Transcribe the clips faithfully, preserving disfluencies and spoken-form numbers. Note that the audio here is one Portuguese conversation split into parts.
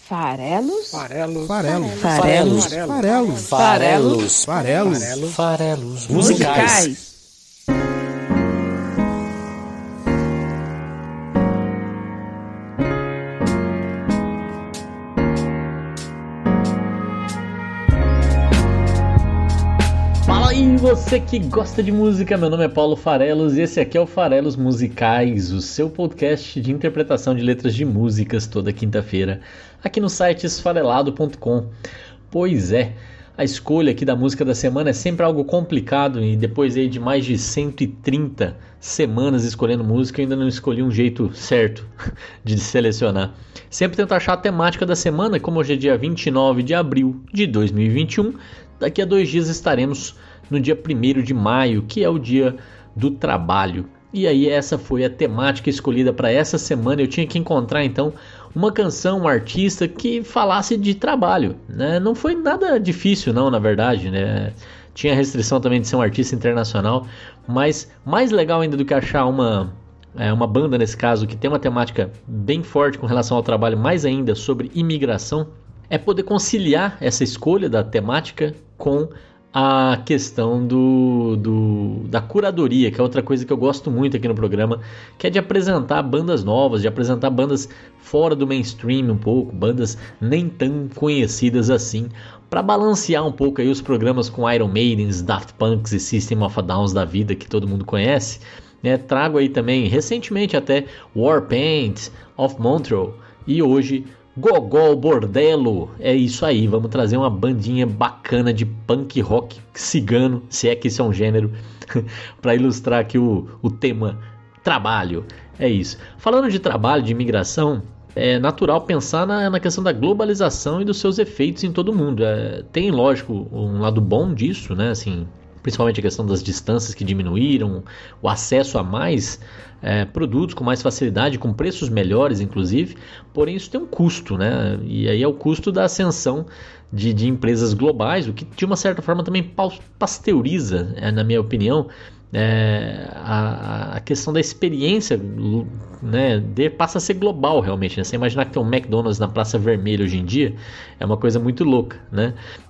Farelos? Farelos. Farelos. Farelos. Farelos. Farelos. Farelos. Farelos Musicais. Fala aí, você que gosta de música, meu nome é Paulo Farelos e esse aqui é o Farelos Musicais, o seu podcast de interpretação de letras de músicas toda quinta-feira, aqui no site esfarelado ponto com. Pois é, a escolha aqui da música da semana é sempre algo complicado e depois aí de mais de cento e trinta semanas escolhendo música, eu ainda não escolhi um jeito certo de selecionar. Sempre tento achar a temática da semana, como hoje é dia vinte e nove de abril de dois mil e vinte e um, daqui a dois dias estaremos no dia primeiro de maio, que é o dia do trabalho. E aí essa foi a temática escolhida para essa semana. Eu tinha que encontrar então uma canção, um artista que falasse de trabalho, né? Não foi nada difícil não, na verdade, né? Tinha restrição também de ser um artista internacional, mas mais legal ainda do que achar uma, é, uma banda nesse caso que tem uma temática bem forte com relação ao trabalho, mais ainda sobre imigração, é poder conciliar essa escolha da temática com a questão do, do, da curadoria, que é outra coisa que eu gosto muito aqui no programa, que é de apresentar bandas novas, de apresentar bandas fora do mainstream um pouco, bandas nem tão conhecidas assim, para balancear um pouco aí os programas com Iron Maidens, Daft Punks e System of a Downs da vida, que todo mundo conhece, né? Trago aí também, recentemente até, Warpaint, of Montreal, e hoje Gogol Bordello. É isso aí, vamos trazer uma bandinha bacana de punk rock cigano, se é que isso é um gênero, para ilustrar aqui o, o tema trabalho. É isso. Falando de trabalho, de imigração, é natural pensar na, na questão da globalização e dos seus efeitos em todo mundo. É, tem, lógico, um lado bom disso, né? Assim, principalmente a questão das distâncias que diminuíram, o acesso a mais é, produtos com mais facilidade, com preços melhores, inclusive. Porém, isso tem um custo, né? E aí é o custo da ascensão de, de empresas globais, o que de uma certa forma também pasteuriza, é, na minha opinião, é, a, a questão da experiência, né, de, passa a ser global realmente, né? Você imaginar que tem um McDonald's na Praça Vermelha hoje em dia é uma coisa muito louca, né?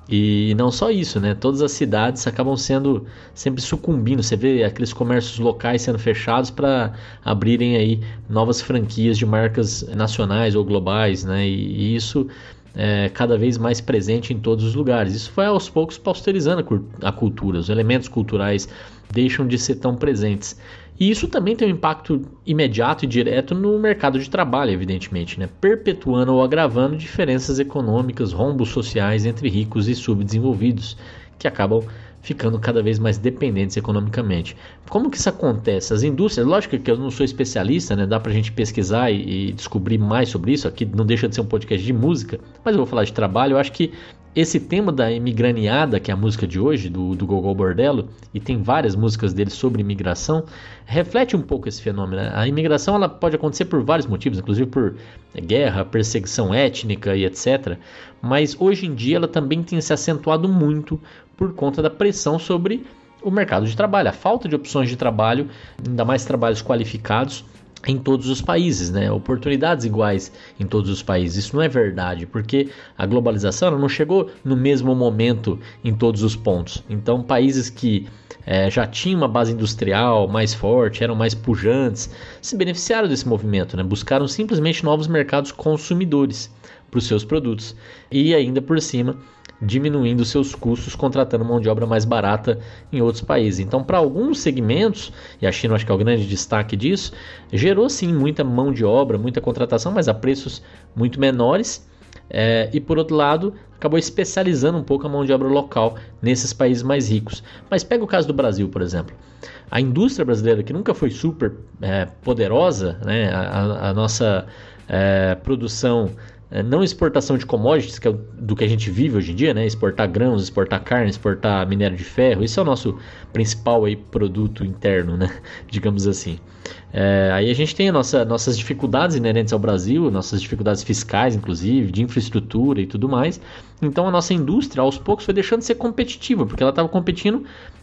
E não só isso, né? Todas as cidades acabam sendo sempre sucumbindo. Você vê aqueles comércios locais sendo fechados para abrirem aí novas franquias de marcas nacionais ou globais, né? E, e isso é cada vez mais presente em todos os lugares. Isso foi aos poucos pasteurizando a cultura. Os elementos culturais deixam de ser tão presentes. E isso também tem um impacto imediato e direto no mercado de trabalho, evidentemente, né? Perpetuando ou agravando diferenças econômicas, rombos sociais entre ricos e subdesenvolvidos, que acabam ficando cada vez mais dependentes economicamente. Como que isso acontece? As indústrias, lógico que eu não sou especialista, né? Dá pra gente pesquisar e, e descobrir mais sobre isso, aqui não deixa de ser um podcast de música, mas eu vou falar de trabalho. Eu acho que esse tema da imigraniada, que é a música de hoje, do, do Gogol Bordello, e tem várias músicas dele sobre imigração, reflete um pouco esse fenômeno, né? A imigração ela pode acontecer por vários motivos, inclusive por guerra, perseguição étnica e etcétera. Mas hoje em dia ela também tem se acentuado muito por conta da pressão sobre o mercado de trabalho, a falta de opções de trabalho, ainda mais trabalhos qualificados, em todos os países, né? Oportunidades iguais em todos os países. Isso não é verdade, porque a globalização ela não chegou no mesmo momento em todos os pontos. Então, países que é, já tinham uma base industrial mais forte, eram mais pujantes, se beneficiaram desse movimento, né? Buscaram simplesmente novos mercados consumidores para os seus produtos e ainda por cima diminuindo seus custos, contratando mão de obra mais barata em outros países. Então, para alguns segmentos, e a China acho que é o grande destaque disso, gerou sim muita mão de obra, muita contratação, mas a preços muito menores, é, e por outro lado, acabou especializando um pouco a mão de obra local nesses países mais ricos. Mas pega o caso do Brasil, por exemplo. A indústria brasileira, que nunca foi super é, poderosa, né? a, a nossa é, produção, não exportação de commodities, que é do que a gente vive hoje em dia, né? Exportar grãos, exportar carne, exportar minério de ferro, isso é o nosso principal aí, produto interno, né? Digamos assim. É, aí a gente tem a nossa, nossas dificuldades inerentes ao Brasil, nossas dificuldades fiscais, inclusive, de infraestrutura e tudo mais. Então a nossa indústria, aos poucos, foi deixando de ser competitiva, porque ela estava competindo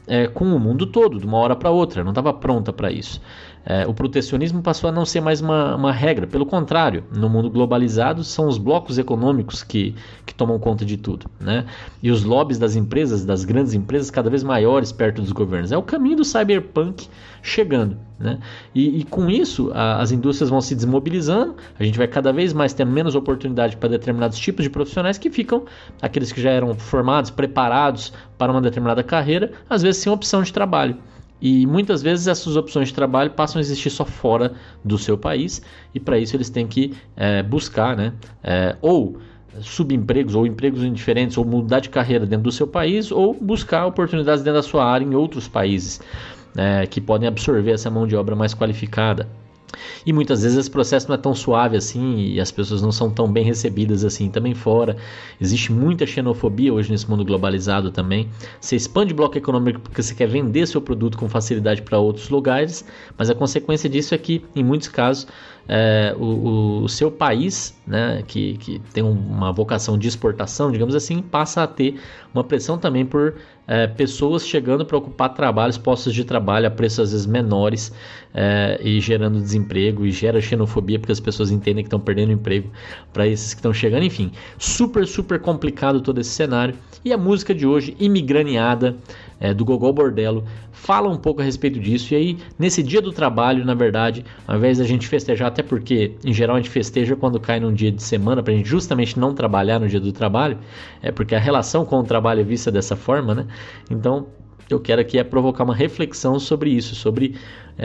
é, com o mundo todo, de uma hora para outra, não estava pronta para isso. É, o protecionismo passou a não ser mais uma, uma regra, pelo contrário, no mundo globalizado são os blocos econômicos que, que tomam conta de tudo, né? E os lobbies das empresas, das grandes empresas, cada vez maiores perto dos governos. É o caminho do cyberpunk chegando, né? E, e com isso a, as indústrias vão se desmobilizando, a gente vai cada vez mais ter menos oportunidade para determinados tipos de profissionais que ficam, aqueles que já eram formados, preparados para uma determinada carreira, às vezes sem opção de trabalho. E muitas vezes essas opções de trabalho passam a existir só fora do seu país, e para isso eles têm que é, buscar, né, é, ou subempregos ou empregos indiferentes, ou mudar de carreira dentro do seu país, ou buscar oportunidades dentro da sua área em outros países, é, que podem absorver essa mão de obra mais qualificada. E muitas vezes esse processo não é tão suave assim e as pessoas não são tão bem recebidas assim também fora. Existe muita xenofobia hoje nesse mundo globalizado também. Você expande o bloco econômico porque você quer vender seu produto com facilidade para outros lugares, mas a consequência disso é que, em muitos casos, é, o, o seu país, né, que, que tem uma vocação de exportação, digamos assim, passa a ter uma pressão também por é, pessoas chegando para ocupar trabalhos, postos de trabalho a preços às vezes menores, é, e gerando desemprego, e gera xenofobia porque as pessoas entendem que estão perdendo emprego para esses que estão chegando. Enfim, super, super complicado todo esse cenário. E a música de hoje, Imigraniada, é, do Gogol Bordello, fala um pouco a respeito disso. E aí, nesse dia do trabalho, na verdade, ao invés da gente festejar, até porque em geral a gente festeja quando cai num dia de semana, pra gente justamente não trabalhar no dia do trabalho, é porque a relação com o trabalho é vista dessa forma, né? Então, eu quero aqui é provocar uma reflexão sobre isso, sobre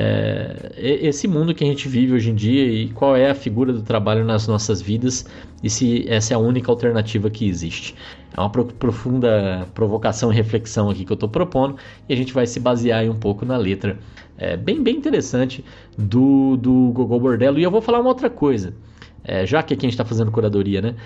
é, esse mundo que a gente vive hoje em dia e qual é a figura do trabalho nas nossas vidas e se essa é a única alternativa que existe. É uma profunda provocação e reflexão aqui que eu estou propondo e a gente vai se basear aí um pouco na letra é, bem, bem interessante do, do Gogol Bordello. E eu vou falar uma outra coisa. É, já que aqui a gente está fazendo curadoria, né?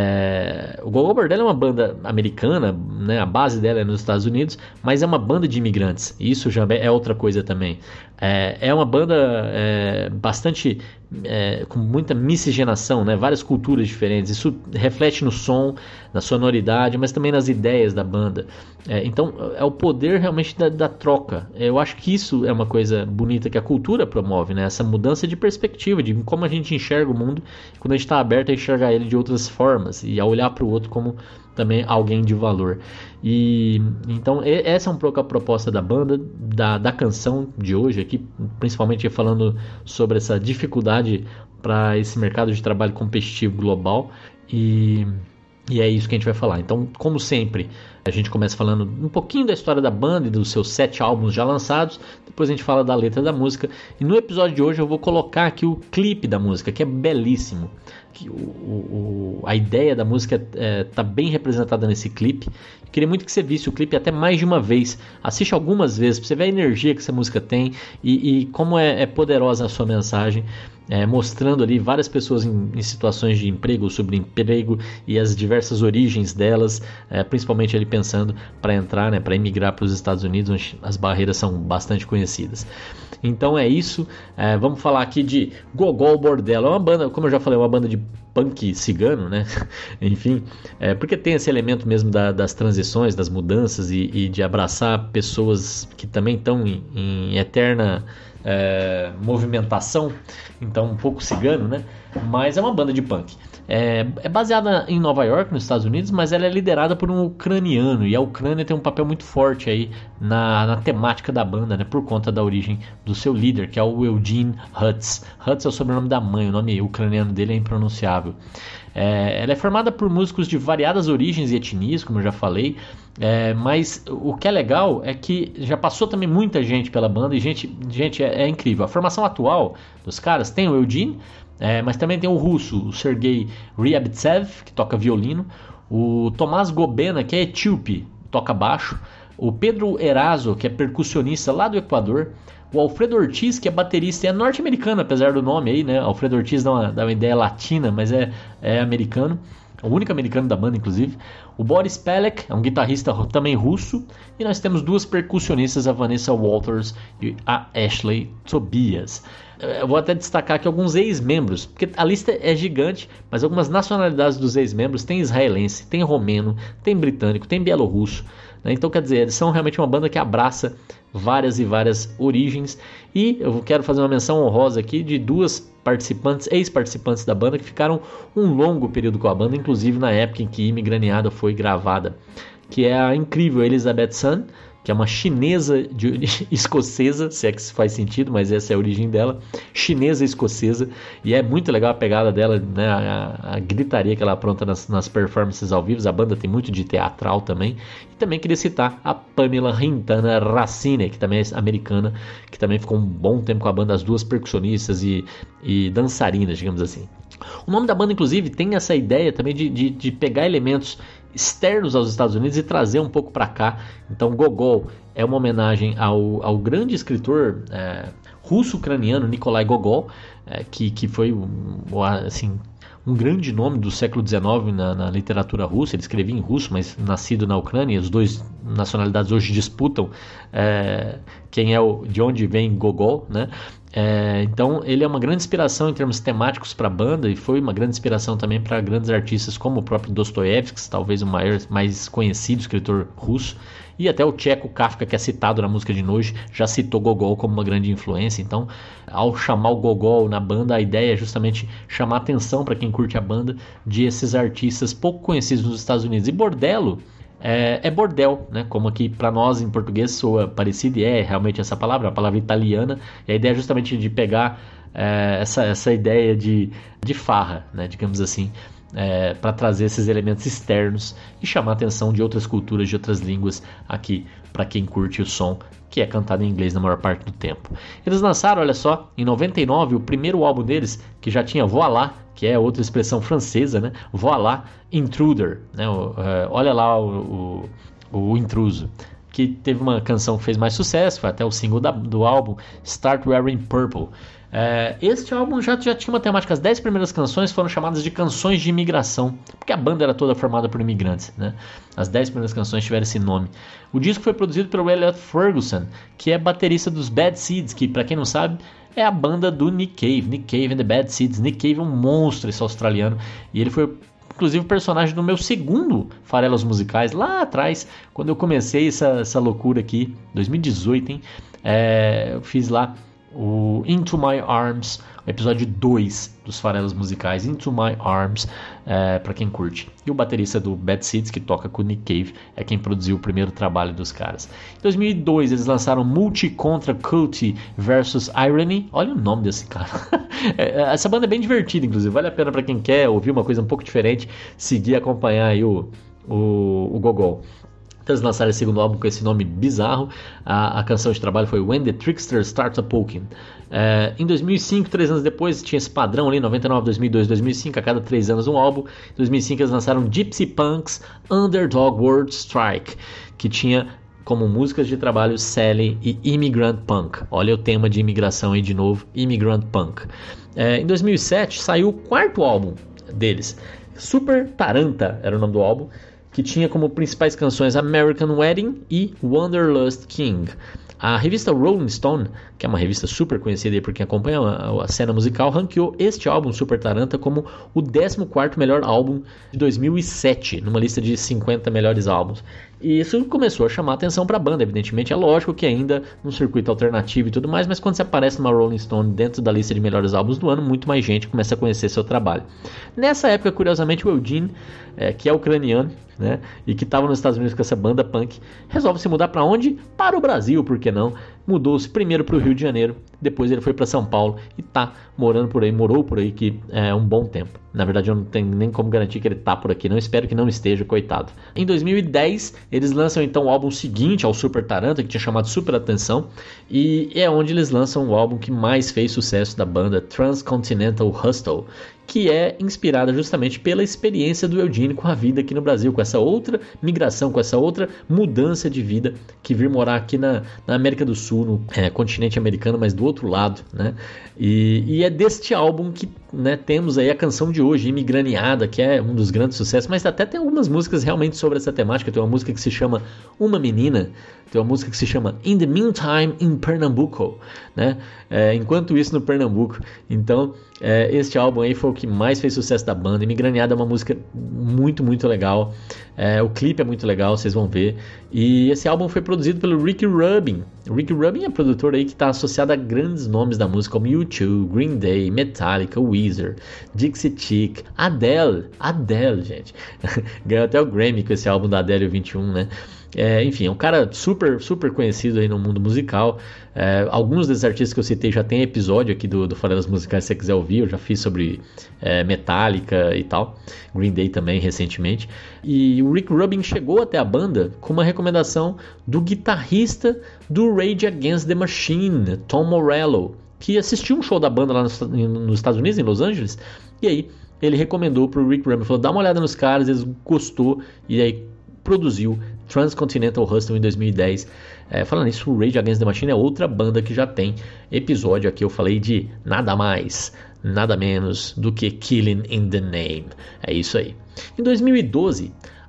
É, o Gogol Bordello é uma banda americana, né? A base dela é nos Estados Unidos, mas é uma banda de imigrantes. Isso já é outra coisa também. É, é uma banda é, bastante é, com muita miscigenação, né? Várias culturas diferentes. Isso reflete no som, na sonoridade, mas também nas ideias da banda. É, então é o poder realmente da, da troca. Eu acho que isso é uma coisa bonita que a cultura promove, né? Essa mudança de perspectiva, de como a gente enxerga o mundo quando a gente está aberto a enxergar ele de outras formas e a olhar para o outro como também alguém de valor. E então essa é um pouco a proposta da banda, da, da canção de hoje aqui, principalmente falando sobre essa dificuldade para esse mercado de trabalho competitivo global. E E é isso que a gente vai falar. Então, como sempre, a gente começa falando um pouquinho da história da banda e dos seus sete álbuns já lançados. Depois a gente fala da letra da música. E no episódio de hoje eu vou colocar aqui o clipe da música, que é belíssimo. Que o, o, a ideia da música está é, bem representada nesse clipe. Eu queria muito que você visse o clipe até mais de uma vez. Assiste algumas vezes para você ver a energia que essa música tem e, e como é, é poderosa a sua mensagem. É, mostrando ali várias pessoas em, em situações de emprego ou subemprego e as diversas origens delas, é, principalmente ali pensando para entrar, né, para emigrar para os Estados Unidos, onde as barreiras são bastante conhecidas. Então é isso, é, vamos falar aqui de Gogol Bordello. É uma banda, como eu já falei, é uma banda de punk cigano, né? Enfim, é, porque tem esse elemento mesmo da, das transições, das mudanças e, e de abraçar pessoas que também estão em, em eterna É, movimentação, então um pouco cigano, né? Mas é uma banda de punk. É, é baseada em Nova York, nos Estados Unidos, mas ela é liderada por um ucraniano, e a Ucrânia tem um papel muito forte aí na, na temática da banda, né? Por conta da origem do seu líder, que é o Eugene Hutz. Hutz é o sobrenome da mãe, o nome ucraniano dele é impronunciável. É, ela é formada por músicos de variadas origens e etnias, como eu já falei, é, mas o que é legal é que já passou também muita gente pela banda e gente, gente é, é incrível. A formação atual dos caras tem o Eugene, é, mas também tem o russo, o Sergei Ryabtsev, que toca violino, o Tomás Gobena, que é etíope, toca baixo, o Pedro Erazo, que é percussionista lá do Equador, o Alfredo Ortiz, que é baterista, é norte-americano, apesar do nome aí, né? Alfredo Ortiz dá uma, dá uma ideia latina, mas é, é americano. O único americano da banda, inclusive. O Boris Pelek é um guitarrista também russo. E nós temos duas percussionistas, a Vanessa Walters e a Ashley Tobias. Eu vou até destacar aqui alguns ex-membros, porque a lista é gigante, mas algumas nacionalidades dos ex-membros tem israelense, tem romeno, tem britânico, tem bielorrusso, né? Então, quer dizer, eles são realmente uma banda que abraça várias e várias origens. E eu quero fazer uma menção honrosa aqui de duas participantes, ex-participantes da banda, que ficaram um longo período com a banda, inclusive na época em que Imigraniada foi gravada, que é a incrível Elizabeth Sun, que é uma chinesa de, escocesa, se é que isso faz sentido, mas essa é a origem dela, chinesa escocesa, e é muito legal a pegada dela, né, a, a gritaria que ela apronta nas, nas performances ao vivo. A banda tem muito de teatral também. E também queria citar a Pamela Quintana Racine, que também é americana, que também ficou um bom tempo com a banda, as duas percussionistas e, e dançarinas, digamos assim. O nome da banda, inclusive, tem essa ideia também de, de, de pegar elementos externos aos Estados Unidos e trazer um pouco para cá. Então, Gogol é uma homenagem ao, ao grande escritor é, russo-ucraniano Nikolai Gogol, é, que, que foi um, assim, um grande nome do século dezenove na, na literatura russa. Ele escrevia em russo, mas nascido na Ucrânia. As duas nacionalidades hoje disputam é, quem é o, de onde vem Gogol, né? É, então ele é uma grande inspiração em termos temáticos para a banda, e foi uma grande inspiração também para grandes artistas como o próprio Dostoiévski, talvez o maior, mais conhecido escritor russo, e até o tcheco Kafka, que é citado na música de Noite, já citou Gogol como uma grande influência. Então, ao chamar o Gogol na banda, a ideia é justamente chamar atenção para quem curte a banda de esses artistas pouco conhecidos nos Estados Unidos. E Bordello É, é bordel, né? Como aqui para nós em português soa parecido, e é realmente essa palavra, a palavra italiana. E a ideia é justamente de pegar é, essa, essa ideia de, de farra, né? Digamos assim, é, para trazer esses elementos externos e chamar a atenção de outras culturas, de outras línguas aqui, para quem curte o som que é cantado em inglês na maior parte do tempo. Eles lançaram, olha só, em noventa e nove, o primeiro álbum deles, que já tinha Voilà, que é outra expressão francesa, né? Voilà, Intruder, né? O, uh, olha lá o, o, o intruso, que teve uma canção que fez mais sucesso, foi até o single da, do álbum, Start Wearing Purple. É, este álbum já, já tinha uma temática. As dez primeiras canções foram chamadas de canções de imigração, porque a banda era toda formada por imigrantes, né? As dez primeiras canções tiveram esse nome. O disco foi produzido pelo Elliot Ferguson, que é baterista dos Bad Seeds, que, para quem não sabe, é a banda do Nick Cave. Nick Cave and the Bad Seeds. Nick Cave é um monstro, esse australiano, e ele foi inclusive o personagem do meu segundo Farelos Musicais, lá atrás, quando eu comecei essa, essa loucura aqui, dois mil e dezoito, hein? É, eu fiz lá o Into My Arms, o episódio dois dos Farelos Musicais, Into My Arms, é, para quem curte. E o baterista do Bad Seeds, que toca com o Nick Cave, é quem produziu o primeiro trabalho dos caras. Em dois mil e dois eles lançaram Multi Contra Culty versus Irony. Olha o nome desse cara. Essa banda é bem divertida, inclusive, vale a pena para quem quer ouvir uma coisa um pouco diferente, seguir e acompanhar aí o, o, o Gogol. Então eles lançaram esse segundo álbum com esse nome bizarro. A, a canção de trabalho foi When the Trickster Starts a Poking. É, em dois mil e cinco, três anos depois, tinha esse padrão ali, noventa e nove, dois mil e dois, dois mil e cinco, a cada três anos um álbum. Em dois mil e cinco eles lançaram Gypsy Punks Underdog World Strike, que tinha como músicas de trabalho Sally e Immigrant Punk. Olha o tema de imigração aí de novo, Immigrant Punk. É, em dois mil e sete saiu o quarto álbum deles, Super Taranta era o nome do álbum, que tinha como principais canções American Wedding e Wanderlust King. A revista Rolling Stone, que é uma revista super conhecida aí por quem acompanha a, a cena musical, ranqueou este álbum, Super Taranta, como o décimo quarto melhor álbum de dois mil e sete, numa lista de cinquenta melhores álbuns. E isso começou a chamar atenção para a banda, evidentemente. É lógico que ainda no circuito alternativo e tudo mais, mas quando você aparece numa Rolling Stone dentro da lista de melhores álbuns do ano, muito mais gente começa a conhecer seu trabalho. Nessa época, curiosamente, o Eugene, é, que é ucraniano, né, e que estava nos Estados Unidos com essa banda punk, resolve se mudar para onde? Para o Brasil, por que não? Mudou-se primeiro para o Rio de Janeiro, depois ele foi para São Paulo e tá morando por aí, morou por aí que é um bom tempo. Na verdade eu não tenho nem como garantir que ele tá por aqui, não, espero que não esteja, coitado. Em dois mil e dez eles lançam então o álbum seguinte ao Super Taranta, que tinha chamado Super Atenção, e é onde eles lançam o álbum que mais fez sucesso da banda, Transcontinental Hustle, que é inspirada justamente pela experiência do Eugene com a vida aqui no Brasil, com essa outra migração, com essa outra mudança de vida, que vir morar aqui na, na América do Sul, no é, continente americano, mas do outro lado, né? E, e é deste álbum que, né, temos aí a canção de hoje, Imigraniada, que é um dos grandes sucessos, mas até tem algumas músicas realmente sobre essa temática. Tem uma música que se chama Uma Menina, tem uma música que se chama In the Meantime in Pernambuco, né? É, enquanto isso no Pernambuco. Então, é, este álbum aí foi o que mais fez sucesso da banda. Imigraniada é uma música muito, muito legal. É, o clipe é muito legal, vocês vão ver. E esse álbum foi produzido pelo Rick Rubin. O Rick Rubin é produtor aí que está associado a grandes nomes da música como U dois, Green Day, Metallica, Weezer, Dixie Chick, Adele. Adele, gente. Ganhou até o Grammy com esse álbum da Adele vinte e um, né? É, enfim, é um cara super, super conhecido aí no mundo musical. É, alguns desses artistas que eu citei já tem episódio aqui do, do Farelas Musicais, se você quiser ouvir. Eu já fiz sobre é, Metallica e tal, Green Day também recentemente. E o Rick Rubin chegou até a banda com uma recomendação do guitarrista do Rage Against the Machine, Tom Morello, que assistiu um show da banda lá nos, nos Estados Unidos, em Los Angeles. E aí ele recomendou pro Rick Rubin, falou: dá uma olhada nos caras, eles gostou, e aí produziu Transcontinental Hustle em dois mil e dez. É, falando nisso, o Rage Against the Machine é outra banda que já tem episódio aqui. Eu falei de nada mais, nada menos do que Killing in the Name. É isso aí. Em dois mil e doze,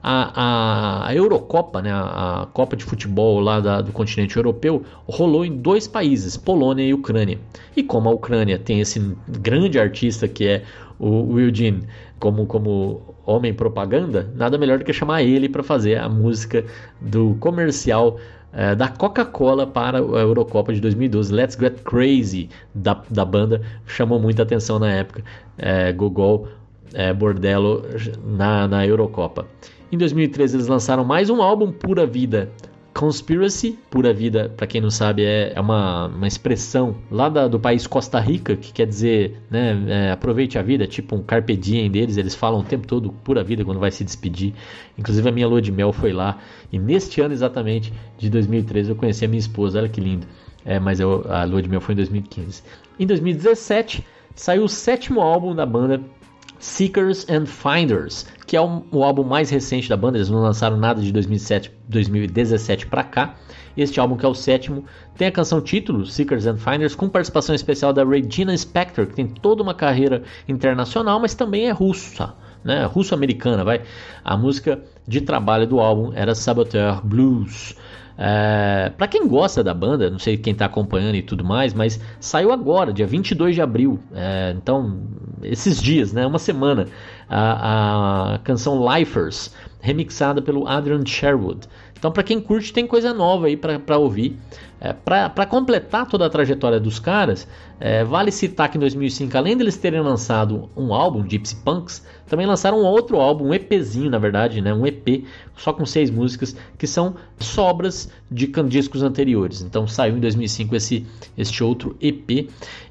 a, a Eurocopa, né, a, a Copa de Futebol lá da, do continente europeu, rolou em dois países, Polônia e Ucrânia. E como a Ucrânia tem esse grande artista que é o Eugene como, como homem propaganda, nada melhor do que chamar ele para fazer a música do comercial eh, da Coca-Cola para a Eurocopa de dois mil e doze. Let's Get Crazy, da, da banda, chamou muita atenção na época. eh, Gogol, eh, Bordello na, na Eurocopa. Em dois mil e treze eles lançaram mais um álbum, Pura Vida Conspiracy. Pura Vida, para quem não sabe, é, é uma, uma expressão lá da, do país Costa Rica, que quer dizer, né, é, aproveite a vida, tipo um carpe diem deles. Eles falam o tempo todo pura vida quando vai se despedir. Inclusive a minha lua de mel foi lá, e neste ano exatamente de dois mil e treze eu conheci a minha esposa, olha que lindo. É, mas eu, a lua de mel foi em dois mil e quinze. Em dois mil e dezessete saiu o sétimo álbum da banda, Seekers and Finders, que é o, o álbum mais recente da banda. Eles não lançaram nada de dois mil e sete, dois mil e dezessete para cá. Este álbum, que é o sétimo, tem a canção título, Seekers and Finders, com participação especial da Regina Spektor, que tem toda uma carreira internacional, mas também é russa, né? Russo-americana, vai. A música de trabalho do álbum era Saboteur Blues. É, para quem gosta da banda, não sei quem tá acompanhando e tudo mais, mas saiu agora, dia vinte e dois de abril, é, então esses dias, né, uma semana, a, a canção Lifers, remixada pelo Adrian Sherwood. Então, para quem curte, tem coisa nova aí para ouvir. É, para completar toda a trajetória dos caras, é, vale citar que em dois mil e cinco, além deles terem lançado um álbum, Gypsy Punks, também lançaram um outro álbum, um EPzinho na verdade, né, um E P, só com seis músicas, que são sobras de discos anteriores. Então saiu em dois mil e cinco esse, este outro E P.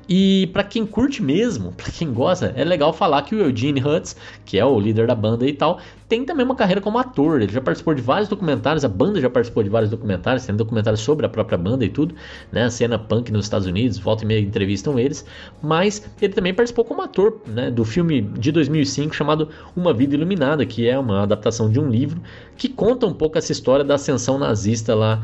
E para quem curte mesmo, para quem gosta, é legal falar que o Eugene Hutz, que é o líder da banda e tal, tem também uma carreira como ator. Ele já participou de vários documentários, a banda já participou de vários documentários, tem documentários sobre a própria banda e tudo, né? A cena punk nos Estados Unidos, volta e meia entrevistam eles, mas ele também participou como ator, né, do filme de dois mil e cinco chamado Uma Vida Iluminada, que é uma adaptação de um livro que conta um pouco essa história da ascensão nazista lá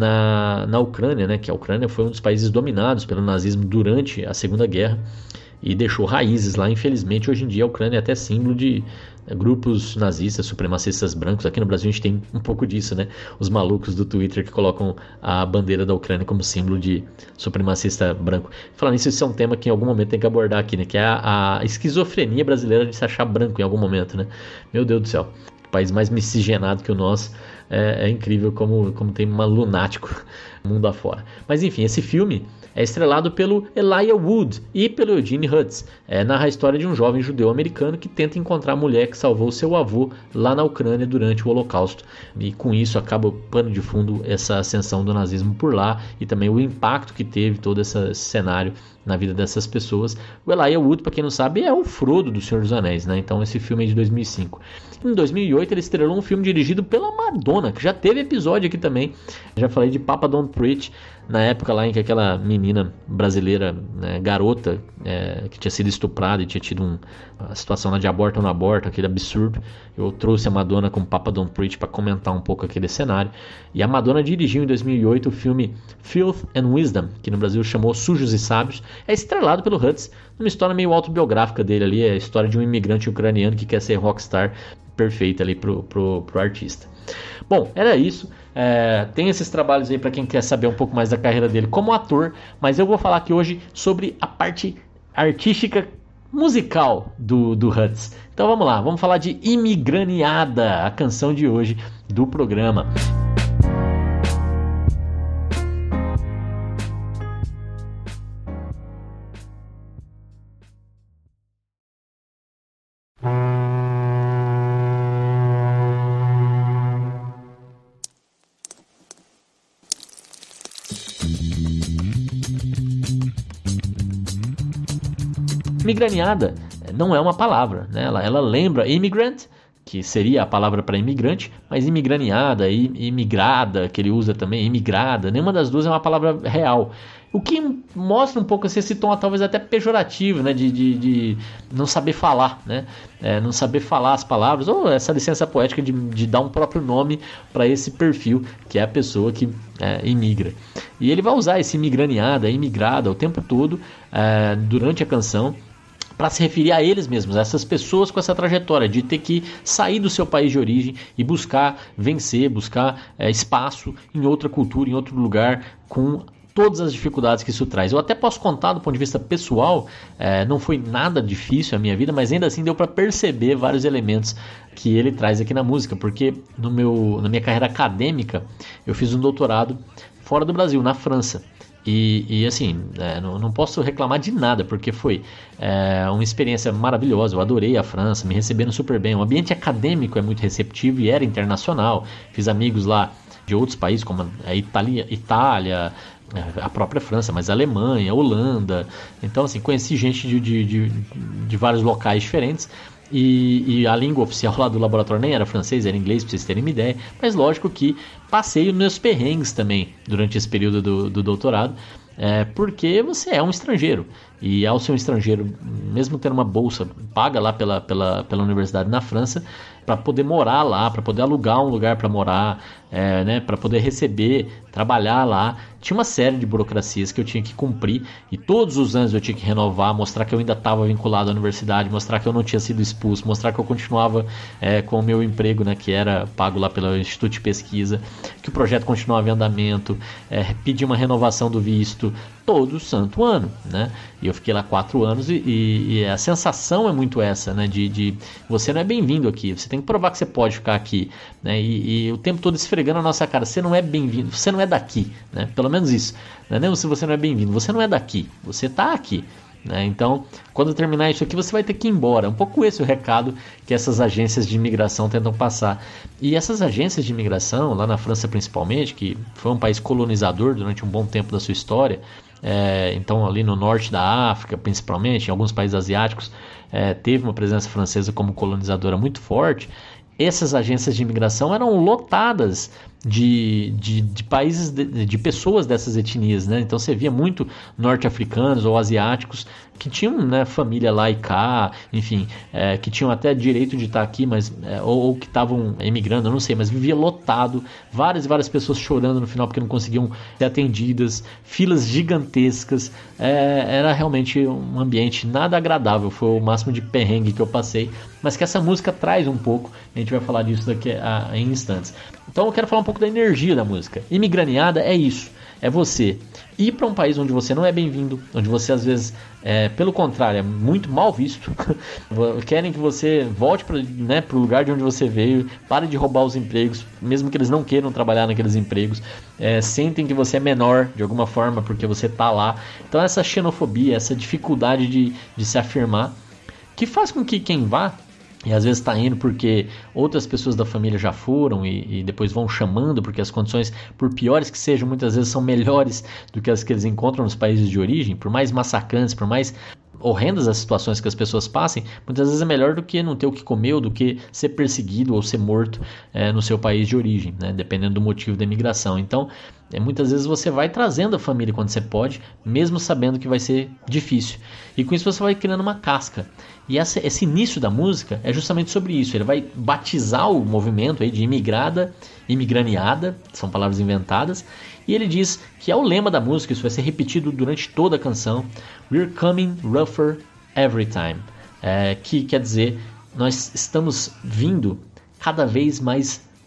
na, na Ucrânia, né? Que a Ucrânia foi um dos países dominados pelo nazismo durante a Segunda Guerra e deixou raízes lá. Infelizmente, hoje em dia a Ucrânia é até símbolo de grupos nazistas, supremacistas brancos. Aqui no Brasil a gente tem um pouco disso, né? Os malucos do Twitter que colocam a bandeira da Ucrânia como símbolo de supremacista branco. Falando nisso, isso é um tema que em algum momento tem que abordar aqui, né? Que é a, a esquizofrenia brasileira de se achar branco em algum momento, né? Meu Deus do céu. O país mais miscigenado que o nosso. É, é incrível como, como tem uma lunático mundo afora. Mas enfim, esse filme é estrelado pelo Elijah Wood e pelo Eugene Hutz. É, narra a história de um jovem judeu americano que tenta encontrar a mulher que salvou seu avô lá na Ucrânia durante o Holocausto. E com isso acaba o pano de fundo essa ascensão do nazismo por lá e também o impacto que teve todo esse cenário na vida dessas pessoas. O Elijah Wood, para quem não sabe, é o Frodo do Senhor dos Anéis, né? Então esse filme é de dois mil e cinco. Em dois mil e oito ele estrelou um filme dirigido pela Madonna, que já teve episódio aqui também. Já falei de Papa Don't Preach, na época lá em que aquela menina brasileira, né, garota, é, que tinha sido estuprada e tinha tido um, uma situação lá de aborto ou não aborto, aquele absurdo. Eu trouxe a Madonna com Papa Don't Preach para comentar um pouco aquele cenário. E a Madonna dirigiu em dois mil e oito o filme Filth and Wisdom, que no Brasil chamou Sujos e Sábios. É estrelado pelo Hutz, uma história meio autobiográfica dele ali, é a história de um imigrante ucraniano que quer ser rockstar, perfeita ali pro, pro, pro artista. Bom, era isso. É, tem esses trabalhos aí para quem quer saber um pouco mais da carreira dele como ator, mas eu vou falar aqui hoje sobre a parte artística musical do, do Huts. Então vamos lá, vamos falar de Imigraniada, a canção de hoje do programa. Imigraniada não é uma palavra, né? ela, ela lembra immigrant, que seria a palavra para imigrante, mas imigraniada, imigrada, que ele usa também, imigrada, nenhuma das duas é uma palavra real. O que mostra um pouco assim, esse tom talvez até pejorativo, né? de, de, de não saber falar, né? É, não saber falar as palavras, ou essa licença poética de, de dar um próprio nome para esse perfil, que é a pessoa que é, imigra. E ele vai usar esse imigraniada, imigrada o tempo todo é, durante a canção, para se referir a eles mesmos, a essas pessoas com essa trajetória de ter que sair do seu país de origem e buscar vencer, buscar é, espaço em outra cultura, em outro lugar, com todas as dificuldades que isso traz. Eu até posso contar do ponto de vista pessoal, é, não foi nada difícil a minha vida, mas ainda assim deu para perceber vários elementos que ele traz aqui na música, porque no meu, na minha carreira acadêmica eu fiz um doutorado fora do Brasil, na França. E, e assim, é, não, não posso reclamar de nada, porque foi é, uma experiência maravilhosa. Eu adorei a França, me receberam super bem. O ambiente acadêmico é muito receptivo e era internacional. Fiz amigos lá de outros países, como a Itália, Itália a própria França, mas a Alemanha, a Holanda. Então, assim, conheci gente de, de, de, de vários locais diferentes. E, e a língua oficial lá do laboratório nem era francês, era inglês, pra vocês terem uma ideia. Mas lógico que passei os meus perrengues também durante esse período do, do doutorado, é, porque você é um estrangeiro. E ao ser um estrangeiro, mesmo tendo uma bolsa paga lá pela, pela, pela universidade na França, para poder morar lá, para poder alugar um lugar para morar, é, né, para poder receber, trabalhar lá, tinha uma série de burocracias que eu tinha que cumprir, e todos os anos eu tinha que renovar, mostrar que eu ainda estava vinculado à universidade, mostrar que eu não tinha sido expulso, mostrar que eu continuava é, com o meu emprego, né, que era pago lá pelo Instituto de Pesquisa, que o projeto continuava em andamento, é, pedir uma renovação do visto todo santo ano, né? E eu fiquei lá quatro anos e, e, e a sensação é muito essa, né? De, de você não é bem-vindo aqui, você tem que provar que você pode ficar aqui, né? E, e o tempo todo esfregando a nossa cara, você não é bem-vindo, você não é daqui, né? Pelo menos isso, né? Não se você não é bem-vindo, você não é daqui, você tá aqui. Né? Então, quando terminar isso aqui, você vai ter que ir embora. Um pouco esse é o recado que essas agências de imigração tentam passar. E essas agências de imigração, lá na França principalmente, que foi um país colonizador durante um bom tempo da sua história, é, então ali no norte da África principalmente, em alguns países asiáticos, é, teve uma presença francesa como colonizadora muito forte. Essas agências de imigração eram lotadas de, de, de países, de, de pessoas dessas etnias, né? Então você via muito norte-africanos ou asiáticos que tinham, né, família lá e cá, enfim, é, que tinham até direito de estar aqui, mas, é, ou, ou que estavam emigrando, eu não sei, mas vivia lotado, várias e várias pessoas chorando no final porque não conseguiam ser atendidas, filas gigantescas, é, era realmente um ambiente nada agradável, foi o máximo de perrengue que eu passei, mas que essa música traz um pouco, a gente vai falar disso daqui a, a, em instantes. Então eu quero falar um pouco da energia da música. Imigraniada é isso, é você ir para um país onde você não é bem-vindo, onde você às vezes, é, pelo contrário, é muito mal visto, querem que você volte para, né, o lugar de onde você veio, pare de roubar os empregos, mesmo que eles não queiram trabalhar naqueles empregos, é, sentem que você é menor de alguma forma porque você está lá. Então essa xenofobia, essa dificuldade de, de se afirmar, que faz com que quem vá, e às vezes está indo porque outras pessoas da família já foram e, e depois vão chamando, porque as condições, por piores que sejam, muitas vezes são melhores do que as que eles encontram nos países de origem, por mais massacrantes, por mais horrendas as situações que as pessoas passem, muitas vezes é melhor do que não ter o que comer ou do que ser perseguido ou ser morto é, no seu país de origem, né? Dependendo do motivo da imigração. Então, é, muitas vezes você vai trazendo a família quando você pode, mesmo sabendo que vai ser difícil. E com isso você vai criando uma casca. E essa, esse início da música é justamente sobre isso. Ele vai batizar o movimento aí de imigrada, imigraniada, são palavras inventadas, e ele diz que é o lema da música, isso vai ser repetido durante toda a canção, We're coming rougher every time, é, que quer dizer, nós estamos vindo cada vez mais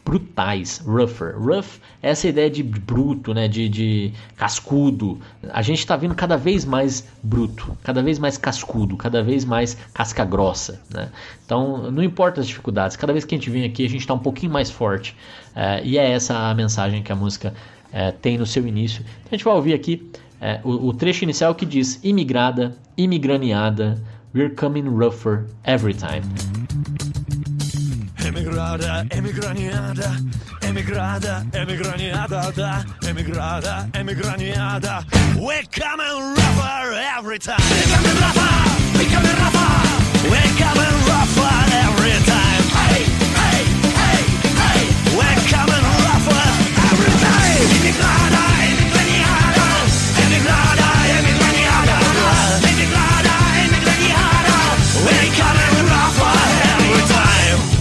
brutais, rougher. Rough é essa ideia de bruto, né, de, de cascudo. A gente está vendo cada vez mais bruto, cada vez mais cascudo, cada vez mais casca grossa, né? Então não importa as dificuldades, cada vez que a gente vem aqui a gente está um pouquinho mais forte, é, e é essa a mensagem que a música é, tem no seu início. Então, a gente vai ouvir aqui é, o, o trecho inicial que diz: imigrada, imigraneada, we're coming rougher every time. Emigrada, emigraneada, emigrada, emigraneada, da, emigrada, emigraneada. We're coming rougher every time. We're coming rougher, we're coming rougher. We're coming rougher every time. Hey, hey, hey, hey. We're coming rougher every time. Emigrada, emigraneada, emigrada, emigraneada, emigrada, emigraneada. We're coming rougher every time.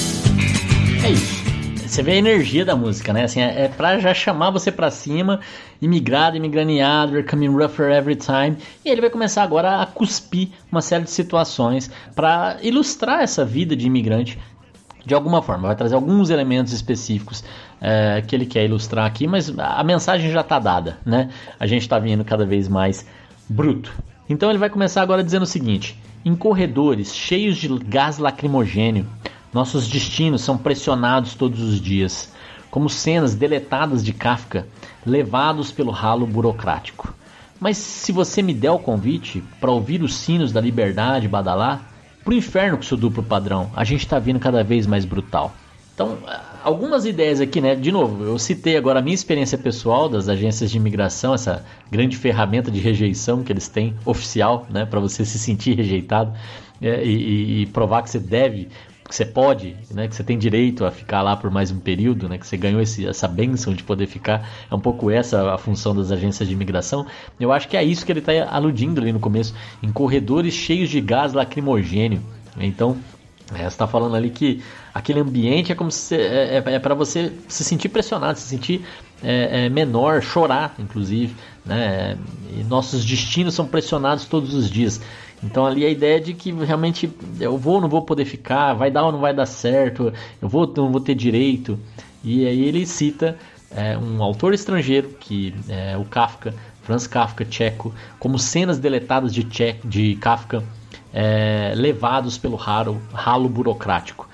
É isso. Você vê a energia da música, né? Assim, é, é pra já chamar você pra cima. Imigrado, imigraneado, we're coming rougher every time. E ele vai começar agora a cuspir uma série de situações pra ilustrar essa vida de imigrante de alguma forma. Vai trazer alguns elementos específicos é, que ele quer ilustrar aqui, mas a mensagem já tá dada, né? A gente tá vindo cada vez mais bruto. Então ele vai começar agora dizendo o seguinte: em corredores cheios de gás lacrimogêneo, nossos destinos são pressionados todos os dias, como cenas deletadas de Kafka, levados pelo ralo burocrático. Mas se você me der o convite para ouvir os sinos da liberdade badalar, pro inferno com seu duplo padrão, a gente está vindo cada vez mais brutal. Então, algumas ideias aqui, né? De novo, eu citei agora a minha experiência pessoal das agências de imigração, essa grande ferramenta de rejeição que eles têm, oficial, né? Para você se sentir rejeitado é, e, e provar que você deve, que você pode, né, que você tem direito a ficar lá por mais um período, né, que você ganhou esse, essa bênção de poder ficar. É um pouco essa a função das agências de imigração. Eu acho que é isso que ele está aludindo ali no começo, em corredores cheios de gás lacrimogêneo. Então, é, você está falando ali que aquele ambiente é como se é, é, é para você se sentir pressionado, se sentir é, é, menor, chorar, inclusive, né? E nossos destinos são pressionados todos os dias. Então ali a ideia de que realmente eu vou ou não vou poder ficar, vai dar ou não vai dar certo, eu vou ou não vou ter direito. E aí ele cita é, um autor estrangeiro, que é o Kafka, Franz Kafka, tcheco, como cenas deletadas de, tcheco, de Kafka é, levados pelo ralo, ralo burocrático.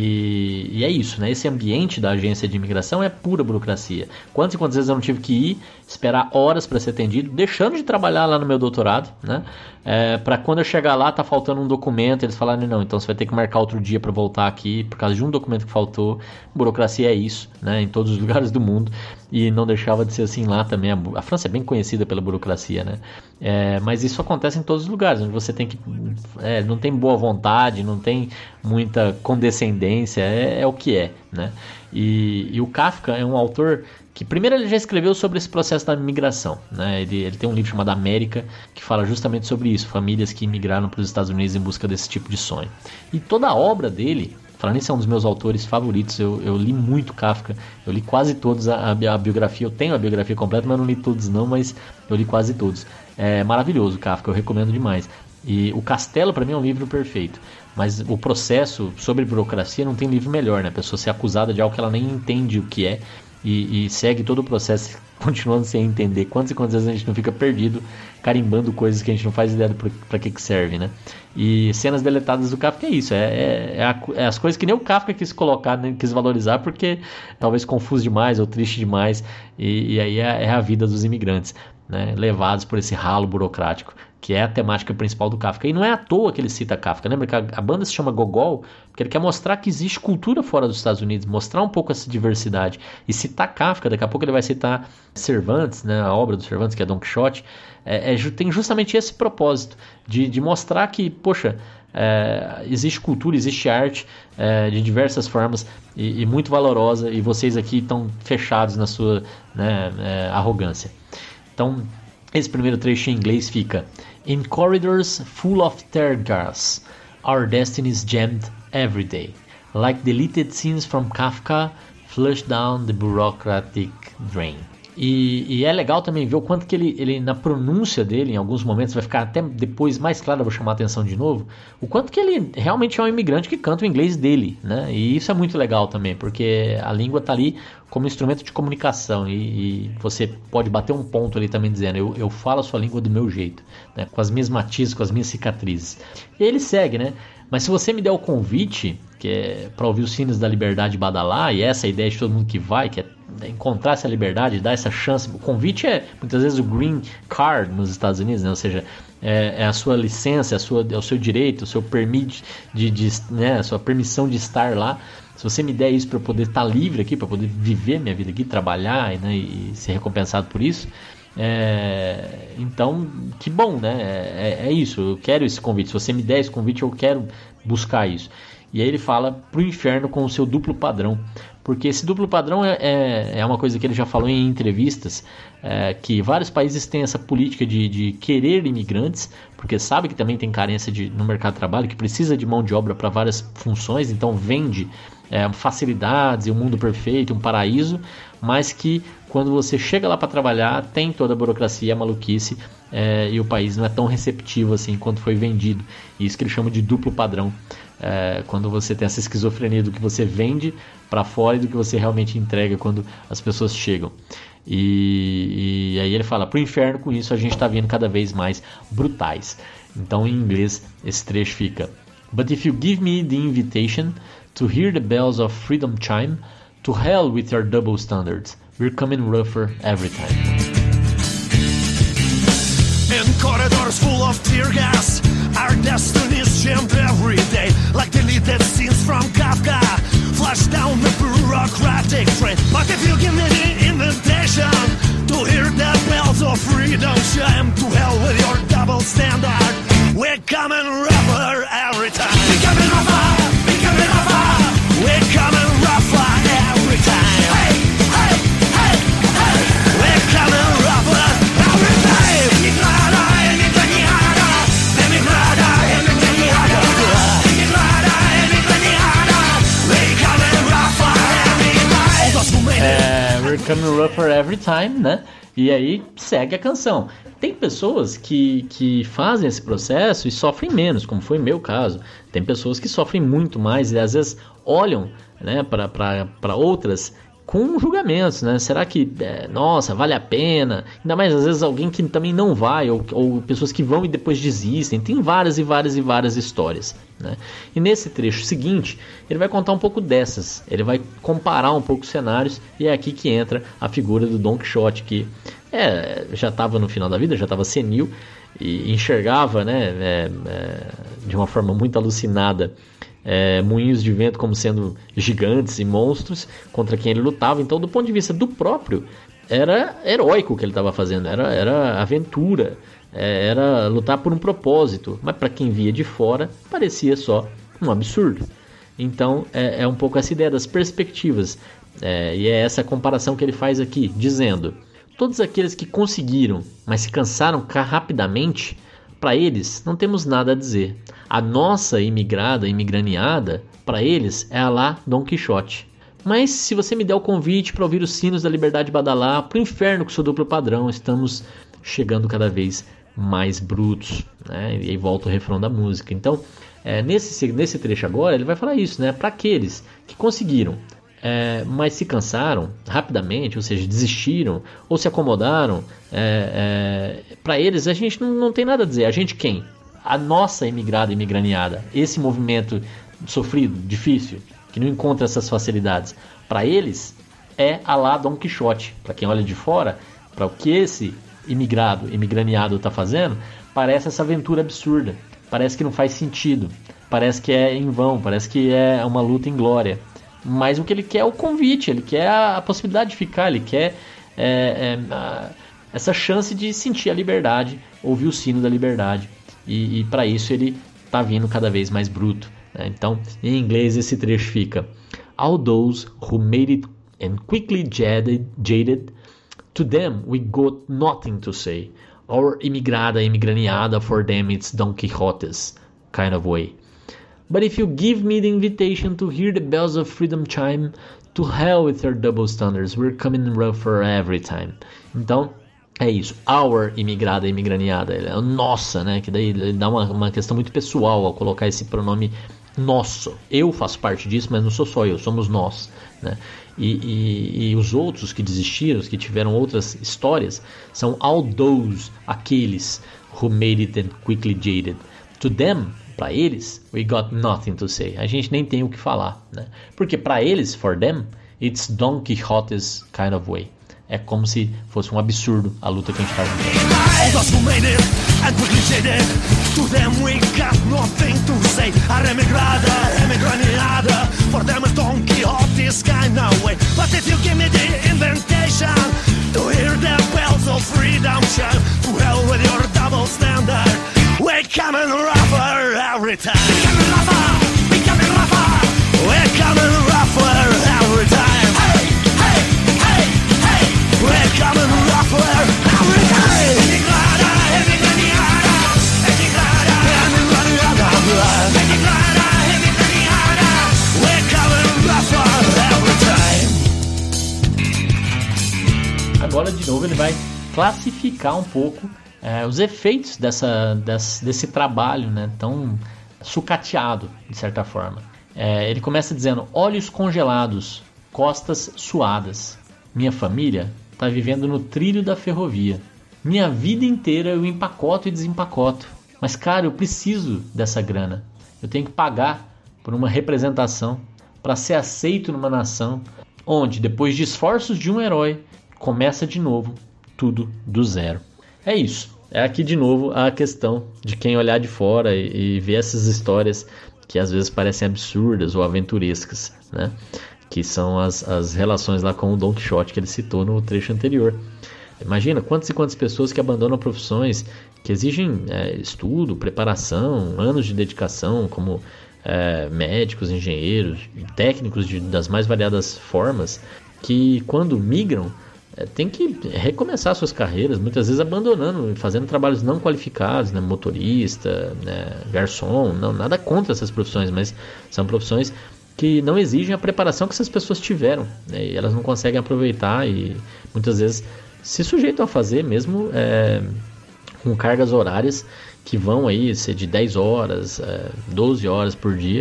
E, e é isso, né? Esse ambiente da agência de imigração é pura burocracia. Quantas e quantas vezes eu não tive que ir, esperar horas para ser atendido, deixando de trabalhar lá no meu doutorado, né? É, para quando eu chegar lá, tá faltando um documento, eles falarem, não, então você vai ter que marcar outro dia para voltar aqui, por causa de um documento que faltou. Burocracia é isso, né? Em todos os lugares do mundo. E não deixava de ser assim lá também. A França é bem conhecida pela burocracia, né? É, mas isso acontece em todos os lugares, onde você tem que... É, não tem boa vontade, não tem muita condescendência, é, é o que é, né? E, e o Kafka é um autor que primeiro ele já escreveu sobre esse processo da migração, né? Ele, ele tem um livro chamado América, que fala justamente sobre isso, famílias que migraram para os Estados Unidos em busca desse tipo de sonho. E toda a obra dele, falando nisso, é um dos meus autores favoritos. Eu, eu li muito Kafka, eu li quase todos a, a, a biografia, eu tenho a biografia completa, mas não li todos não, mas eu li quase todos. É maravilhoso Kafka, eu recomendo demais. E o Castelo para mim é um livro perfeito, mas o processo sobre burocracia não tem livro melhor, né? A pessoa ser acusada de algo que ela nem entende o que é e, e segue todo o processo continuando sem entender. Quantas e quantas vezes a gente não fica perdido carimbando coisas que a gente não faz ideia para que que serve, né? E cenas deletadas do Kafka é isso, é, é, é, a, é as coisas que nem o Kafka quis colocar, né, quis valorizar, porque talvez confuso demais ou triste demais, e, e aí é, é a vida dos imigrantes, né, levados por esse ralo burocrático, que é a temática principal do Kafka. E não é à toa que ele cita Kafka. Lembra que a, a banda se chama Gogol porque ele quer mostrar que existe cultura fora dos Estados Unidos, mostrar um pouco essa diversidade. E citar Kafka, daqui a pouco ele vai citar Cervantes, né, a obra do Cervantes, que é Don Quixote, é, é, tem justamente esse propósito de, de mostrar que, poxa, é, existe cultura, existe arte é, de diversas formas e, e muito valorosa, e vocês aqui estão fechados na sua, né, é, arrogância. Então, esse primeiro trecho em inglês fica: In corridors full of tear gas, our destiny is jammed every day, like deleted scenes from Kafka flush down the bureaucratic drain. E, e é legal também ver o quanto que ele, ele, na pronúncia dele, em alguns momentos, vai ficar até depois mais claro, eu vou chamar a atenção de novo, o quanto que ele realmente é um imigrante que canta o inglês dele, né? E isso é muito legal também, porque a língua está ali como instrumento de comunicação e, e você pode bater um ponto ali também dizendo, eu, eu falo a sua língua do meu jeito, né? Com as minhas matizes, com as minhas cicatrizes. E ele segue, né? Mas se você me der o convite, que é para ouvir os sinos da liberdade badalar, e essa é a ideia de todo mundo que vai, que é encontrar essa liberdade, dar essa chance. O convite é muitas vezes o green card nos Estados Unidos, né? Ou seja, é, é a sua licença, é, a sua, é o seu direito, o seu permit de, de, né? A sua permissão de estar lá. Se você me der isso para eu poder estar livre aqui, para poder viver minha vida aqui, trabalhar, né? E ser recompensado por isso, é, então que bom, né? É, é isso, eu quero esse convite. Se você me der esse convite, eu quero buscar isso. E aí ele fala pro inferno com o seu duplo padrão, porque esse duplo padrão é, é, é uma coisa que ele já falou em entrevistas, é, que vários países têm essa política de, de querer imigrantes, porque sabe que também tem carência de, no mercado de trabalho, que precisa de mão de obra para várias funções, então vende é, facilidades e um mundo perfeito, um paraíso, mas que quando você chega lá para trabalhar tem toda a burocracia, a maluquice, é, e o país não é tão receptivo assim quanto foi vendido. Isso que ele chama de duplo padrão. É, quando você tem essa esquizofrenia do que você vende para fora e do que você realmente entrega quando as pessoas chegam. E, e aí ele fala, pro inferno com isso a gente está vendo cada vez mais brutais. Então em inglês esse trecho fica: But if you give me the invitation to hear the bells of freedom chime, to hell with your double standards, we're coming rougher every time. In corridors full of tear gas, our destinies jammed every day, like deleted scenes from Kafka, flash down the bureaucratic train. But if you give me the invitation to hear the bells of freedom chime, to hell with your double standard, we're coming rougher every time. We're coming rougher, we're coming rougher, we're coming rougher every time. Hey, hey, hey, hey, we're coming rougher every time. Emigrada, emigraniada, emigrada, emigraniada, emigrada, emigraniada, we're coming rougher every time. É, we're coming rougher every time, né? E aí segue a canção. Tem pessoas que, que fazem esse processo e sofrem menos, como foi meu caso. Tem pessoas que sofrem muito mais e às vezes olham, né, para outras com julgamentos, né? Será que, é, nossa, vale a pena? Ainda mais às vezes alguém que também não vai, ou, ou pessoas que vão e depois desistem. Tem várias e várias e várias histórias, né? E nesse trecho seguinte, ele vai contar um pouco dessas. Ele vai comparar um pouco os cenários e é aqui que entra a figura do Don Quixote, que é, já estava no final da vida, já estava senil e enxergava, né, é, é, de uma forma muito alucinada, É, moinhos de vento como sendo gigantes e monstros contra quem ele lutava. Então, do ponto de vista do próprio, era heróico o que ele estava fazendo, era, era aventura, é, era lutar por um propósito, mas para quem via de fora parecia só um absurdo. Então é, é um pouco essa ideia das perspectivas, é, e é essa comparação que ele faz aqui, dizendo: todos aqueles que conseguiram, mas se cansaram rapidamente, para eles não temos nada a dizer. A nossa imigrada, imigraniada, para eles é a lá Don Quixote. Mas se você me der o convite para ouvir os sinos da liberdade badalar, pro inferno com seu duplo padrão, estamos chegando cada vez mais brutos, né? E aí volta o refrão da música. Então, é, nesse, nesse trecho agora, ele vai falar isso, né? Para aqueles que conseguiram, É, mas se cansaram rapidamente, ou seja, desistiram ou se acomodaram, é, é, para eles a gente não, não tem nada a dizer. A gente quem? A nossa imigrada, imigraniada, esse movimento sofrido, difícil, que não encontra essas facilidades, para eles é a lá Don Quixote. Para quem olha de fora, para o que esse imigrado, imigraniado está fazendo, parece essa aventura absurda, parece que não faz sentido, parece que é em vão, parece que é uma luta inglória. Mas o que ele quer é o convite, ele quer a possibilidade de ficar, ele quer é, é, a, essa chance de sentir a liberdade, ouvir o sino da liberdade. E, e para isso ele está vindo cada vez mais bruto, né? Então, em inglês esse trecho fica: All those who made it and quickly jaded, jaded, to them we got nothing to say. Our imigrada, imigraniada, for them it's Don Quixote's kind of way. But if you give me the invitation to hear the bells of freedom chime, to hell with your double standards, we're coming rougher every time. Então, é isso. Our imigrada, imigraniada, é nossa, né? Que daí ele dá uma, uma questão muito pessoal ao colocar esse pronome nosso. Eu faço parte disso, mas não sou só eu, somos nós, né? E, e, e os outros que desistiram, os que tiveram outras histórias, são all those, aqueles who made it and quickly jaded. To them, para eles, we got nothing to say. A gente nem tem o que falar, né? Porque para eles, for them, it's Don Quixote's kind of way. É como se fosse um absurdo a luta que a gente está vivendo. All those who made it and quickly jaded, to them we got nothing to say. A emigrada, emigraniada, for them it's Don Quixote's kind of way. But if you give me the invitation to hear the bells of freedom chime, to hell with your double standard, we're coming rougher every time. We're coming rougher, we're coming rougher, we're coming rougher every time. Hey, hey, hey, hey, we're coming rougher every time. Emigrada, emigraniada, emigrada, emigraniada, emigrada, emigraniada, we're coming rougher every time. Agora, de novo, ele vai classificar um pouco É, os efeitos dessa, desse, desse trabalho, né, tão sucateado, de certa forma. É, ele começa dizendo: olhos congelados, costas suadas. Minha família está vivendo no trilho da ferrovia. Minha vida inteira eu empacoto e desempacoto. Mas, cara, eu preciso dessa grana. Eu tenho que pagar por uma representação para ser aceito numa nação onde, depois de esforços de um herói, começa de novo tudo do zero. É isso. É aqui de novo a questão de quem olhar de fora e, e ver essas histórias que às vezes parecem absurdas ou aventurescas, né? Que são as, as relações lá com o Don Quixote que ele citou no trecho anterior. Imagina quantas e quantas pessoas que abandonam profissões que exigem é, estudo, preparação, anos de dedicação, como é, médicos, engenheiros, técnicos de, das mais variadas formas, que quando migram tem que recomeçar suas carreiras, muitas vezes abandonando e fazendo trabalhos não qualificados, né? Motorista, né? Garçom, não, nada contra essas profissões, mas são profissões que não exigem a preparação que essas pessoas tiveram, né? E elas não conseguem aproveitar e muitas vezes se sujeitam a fazer mesmo é, com cargas horárias que vão aí ser de dez horas, é, doze horas por dia,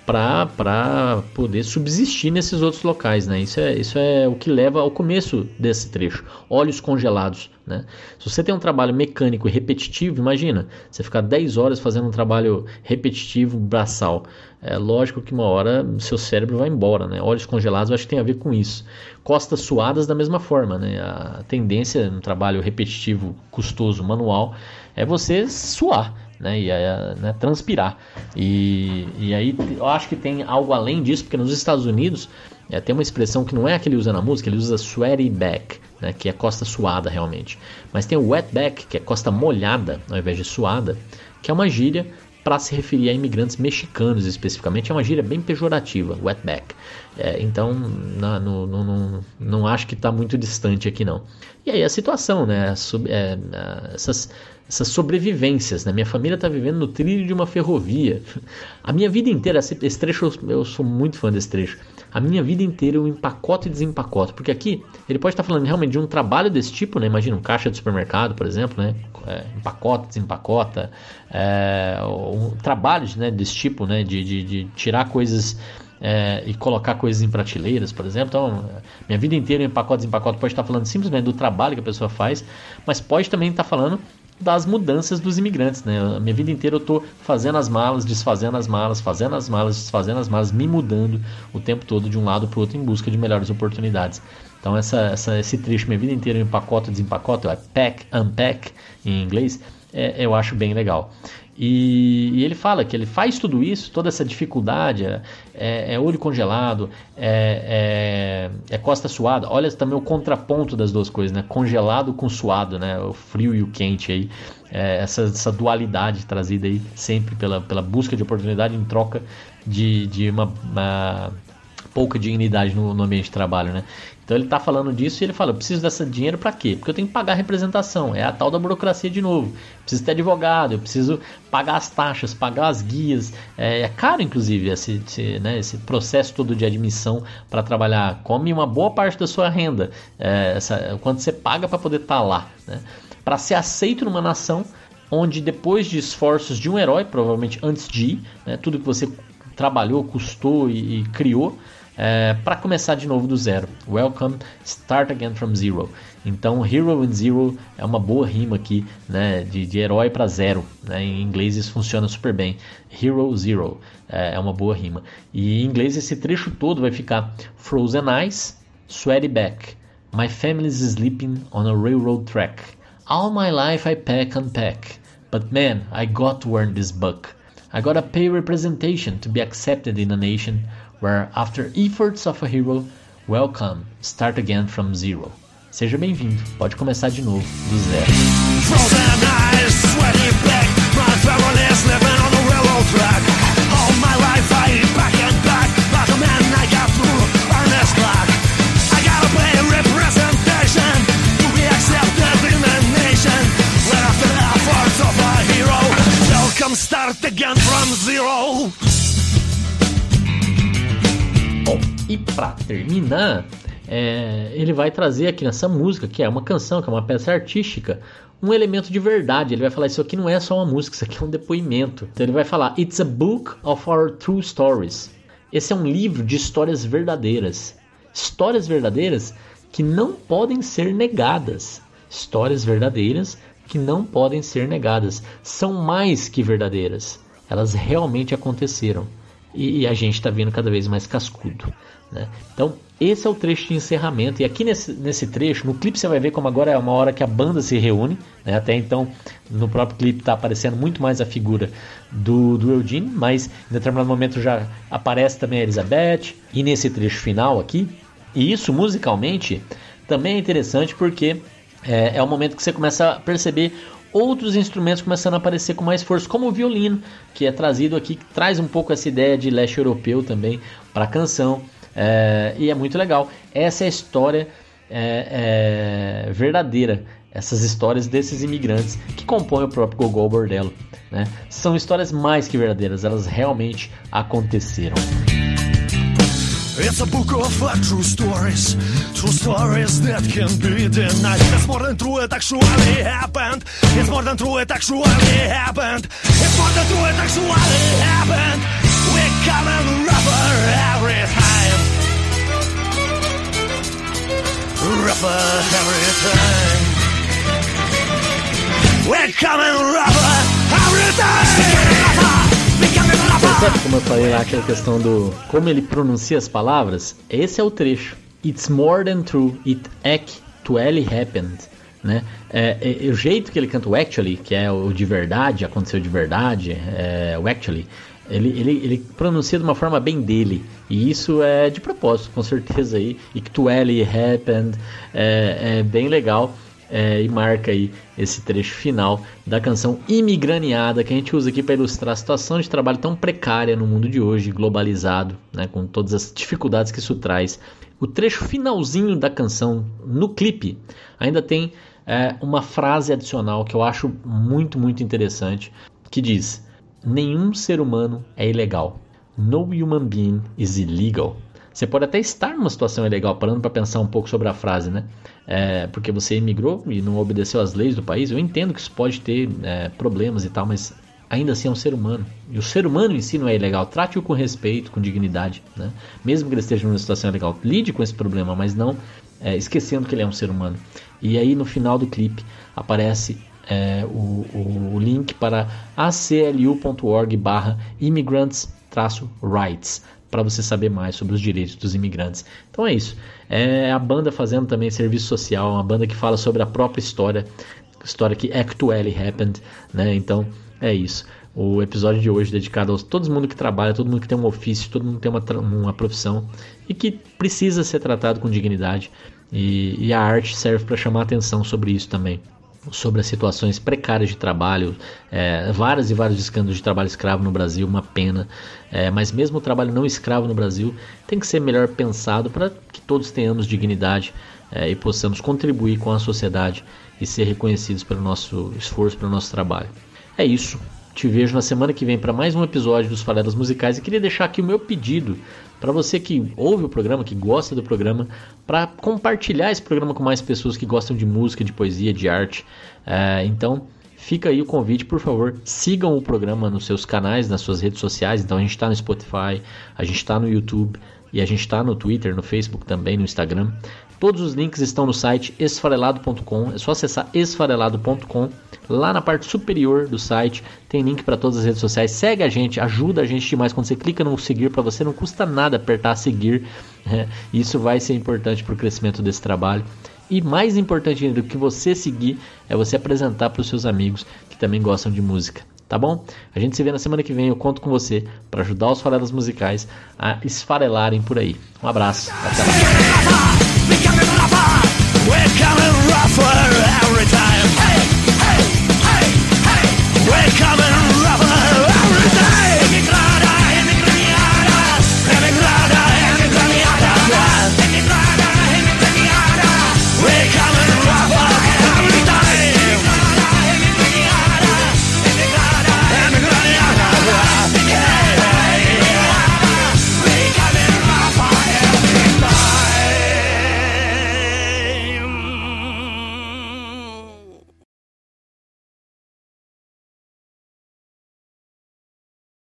para poder subsistir nesses outros locais, né? Isso é, isso é o que leva ao começo desse trecho, olhos congelados, né? Se você tem um trabalho mecânico e repetitivo, imagina, você ficar dez horas fazendo um trabalho repetitivo, braçal, é lógico que uma hora seu cérebro vai embora, né? Olhos congelados eu acho que tem a ver com isso. Costas suadas da mesma forma, né? A tendência no trabalho repetitivo, custoso, manual, é você suar, né, e aí, né, transpirar. E, e aí eu acho que tem algo além disso, porque nos Estados Unidos é, tem uma expressão que não é a que ele usa na música, ele usa sweaty back, né, que é costa suada realmente. Mas tem o wet back, que é costa molhada ao invés de suada, que é uma gíria para se referir a imigrantes mexicanos especificamente. É uma gíria bem pejorativa, wetback. É, então não, não, não, não acho que está muito distante aqui não. E aí a situação, né? Sub, é, essas, essas sobrevivências, né? Minha família está vivendo no trilho de uma ferrovia. A minha vida inteira, esse trecho, eu sou muito fã desse trecho. A minha vida inteira eu empacoto e desempacoto. Porque aqui ele pode estar falando realmente de um trabalho desse tipo, né? Imagina um caixa de supermercado, por exemplo, né? É, empacota, desempacota. É, um, trabalhos, né, desse tipo, né? De, de, de tirar coisas é, e colocar coisas em prateleiras, por exemplo. Então, minha vida inteira eu empacoto, desempacoto. Pode estar falando simplesmente do trabalho que a pessoa faz, mas pode também estar falando das mudanças dos imigrantes, né? A minha vida inteira eu estou fazendo as malas, desfazendo as malas, fazendo as malas, desfazendo as malas, me mudando o tempo todo de um lado para o outro em busca de melhores oportunidades. Então essa, essa, esse trecho, minha vida inteira eu empacoto, desempacoto, é pack, unpack em inglês, é, eu acho bem legal. E, e ele fala que ele faz tudo isso, toda essa dificuldade, é, é, é olho congelado, é, é, é costa suada. Olha também o contraponto das duas coisas, né? Congelado com suado, né? O frio e o quente aí, é, essa, essa dualidade trazida aí sempre pela, pela busca de oportunidade em troca de, de uma, uma pouca dignidade no, no ambiente de trabalho, né? Então ele tá falando disso e ele fala, eu preciso desse dinheiro para quê? Porque eu tenho que pagar a representação, é a tal da burocracia de novo. Preciso ter advogado, eu preciso pagar as taxas, pagar as guias. É, é caro, inclusive, esse, esse, né, esse processo todo de admissão para trabalhar. Come uma boa parte da sua renda, é, essa, quanto você paga para poder estar lá, né? Para ser aceito numa nação onde depois de esforços de um herói, provavelmente antes de ir, né, tudo que você trabalhou, custou e, e criou, é, para começar de novo do zero. Welcome, start again from zero. Então, hero and zero é uma boa rima aqui, né, de, de herói para zero, né? Em inglês isso funciona super bem. Hero zero é, é uma boa rima. E em inglês esse trecho todo vai ficar frozen eyes, sweaty back. My family's sleeping on a railroad track. All my life I pack and pack. But man, I got to earn this buck. I gotta pay representation to be accepted in a nation where, after efforts of a hero, welcome, start again from zero. Seja bem-vindo, pode começar de novo, do zero. Frozen eyes, sweaty back. My family's living on the railroad track. All my life I pack and pack. Like a man I got to earn this buck. I gotta pay representation to be accepted in a nation where, after efforts of a hero, welcome, start again from zero. Bom, e pra terminar, é, ele vai trazer aqui nessa música, que é uma canção, que é uma peça artística, um elemento de verdade. Ele vai falar, isso aqui não é só uma música, isso aqui é um depoimento. Então ele vai falar, it's a book of our true stories. Esse é um livro de histórias verdadeiras. Histórias verdadeiras que não podem ser negadas. Histórias verdadeiras que não podem ser negadas. São mais que verdadeiras. Elas realmente aconteceram. E, e a gente está vendo cada vez mais cascudo, né? Então esse é o trecho de encerramento. E aqui nesse, nesse trecho, no clipe você vai ver como agora é uma hora que a banda se reúne, né? Até então no próprio clipe está aparecendo muito mais a figura do, do Eugene, mas em determinado momento já aparece também a Elizabeth. E nesse trecho final aqui, e isso musicalmente também é interessante, porque é, é o momento que você começa a perceber outros instrumentos começando a aparecer com mais força, como o violino, que é trazido aqui, que traz um pouco essa ideia de leste europeu também para a canção, é, e é muito legal. Essa é a história é, é, verdadeira, essas histórias desses imigrantes que compõem o próprio Gogol Bordello, né? São histórias mais que verdadeiras, elas realmente aconteceram. It's a book of uh, true stories, true stories that can be denied. It's more than true, it actually happened. It's more than true, it actually happened. It's more than true, it actually happened. We come and rubber every time. Rubber every time. We come and rubber every time. Sabe como eu falei lá, aquela questão do como ele pronuncia as palavras? Esse é o trecho. It's more than true, it actually happened, né? É, é, o jeito que ele canta o actually, que é o de verdade, aconteceu de verdade, é, o actually, ele, ele, ele pronuncia de uma forma bem dele, e isso é de propósito, com certeza aí. Actually happened, é, é bem legal. É, e marca aí esse trecho final da canção Imigraneada, que a gente usa aqui para ilustrar a situação de trabalho tão precária no mundo de hoje, globalizado, né, com todas as dificuldades que isso traz. O trecho finalzinho da canção, no clipe, ainda tem é, uma frase adicional que eu acho muito, muito interessante, que diz: nenhum ser humano é ilegal. No human being is illegal. Você pode até estar numa situação ilegal, parando para pensar um pouco sobre a frase, né? É, porque você emigrou e não obedeceu às leis do país. Eu entendo que isso pode ter é, problemas e tal, mas ainda assim é um ser humano. E o ser humano em si não é ilegal. Trate-o com respeito, com dignidade, né? Mesmo que ele esteja numa situação ilegal, lide com esse problema, mas não é, esquecendo que ele é um ser humano. E aí no final do clipe aparece é, o, o, o link para aclu.org barra immigrants rights, para você saber mais sobre os direitos dos imigrantes. Então é isso. É a banda fazendo também serviço social, uma banda que fala sobre a própria história, história que actually happened, né? Então é isso. O episódio de hoje dedicado a todo mundo que trabalha, todo mundo que tem um ofício, todo mundo que tem uma, uma profissão e que precisa ser tratado com dignidade. E, e a arte serve para chamar atenção sobre isso também. sobre as situações precárias de trabalho, é, vários e vários escândalos de trabalho escravo no Brasil, uma pena, é, mas mesmo o trabalho não escravo no Brasil tem que ser melhor pensado para que todos tenhamos dignidade é, e possamos contribuir com a sociedade e ser reconhecidos pelo nosso esforço, pelo nosso trabalho. É isso, te vejo na semana que vem para mais um episódio dos Farelas Musicais e queria deixar aqui o meu pedido para você que ouve o programa, que gosta do programa, para compartilhar esse programa com mais pessoas que gostam de música, de poesia, de arte. É, então fica aí o convite, por favor, sigam o programa nos seus canais, nas suas redes sociais. Então a gente está no Spotify, a gente está no YouTube e a gente está no Twitter, no Facebook também, no Instagram. Todos os links estão no site esfarelado ponto com, é só acessar esfarelado ponto com. Lá na parte superior do site tem link para todas as redes sociais. Segue a gente, ajuda a gente demais. Quando você clica no seguir, para você não custa nada apertar a seguir. Né? Isso vai ser importante para o crescimento desse trabalho. E mais importante ainda do que você seguir é você apresentar para os seus amigos que também gostam de música. Tá bom? A gente se vê na semana que vem. Eu conto com você para ajudar os farelas musicais a esfarelarem por aí. Um abraço. Até lá.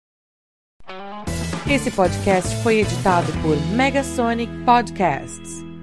Esse podcast foi editado por Megasonic Podcasts.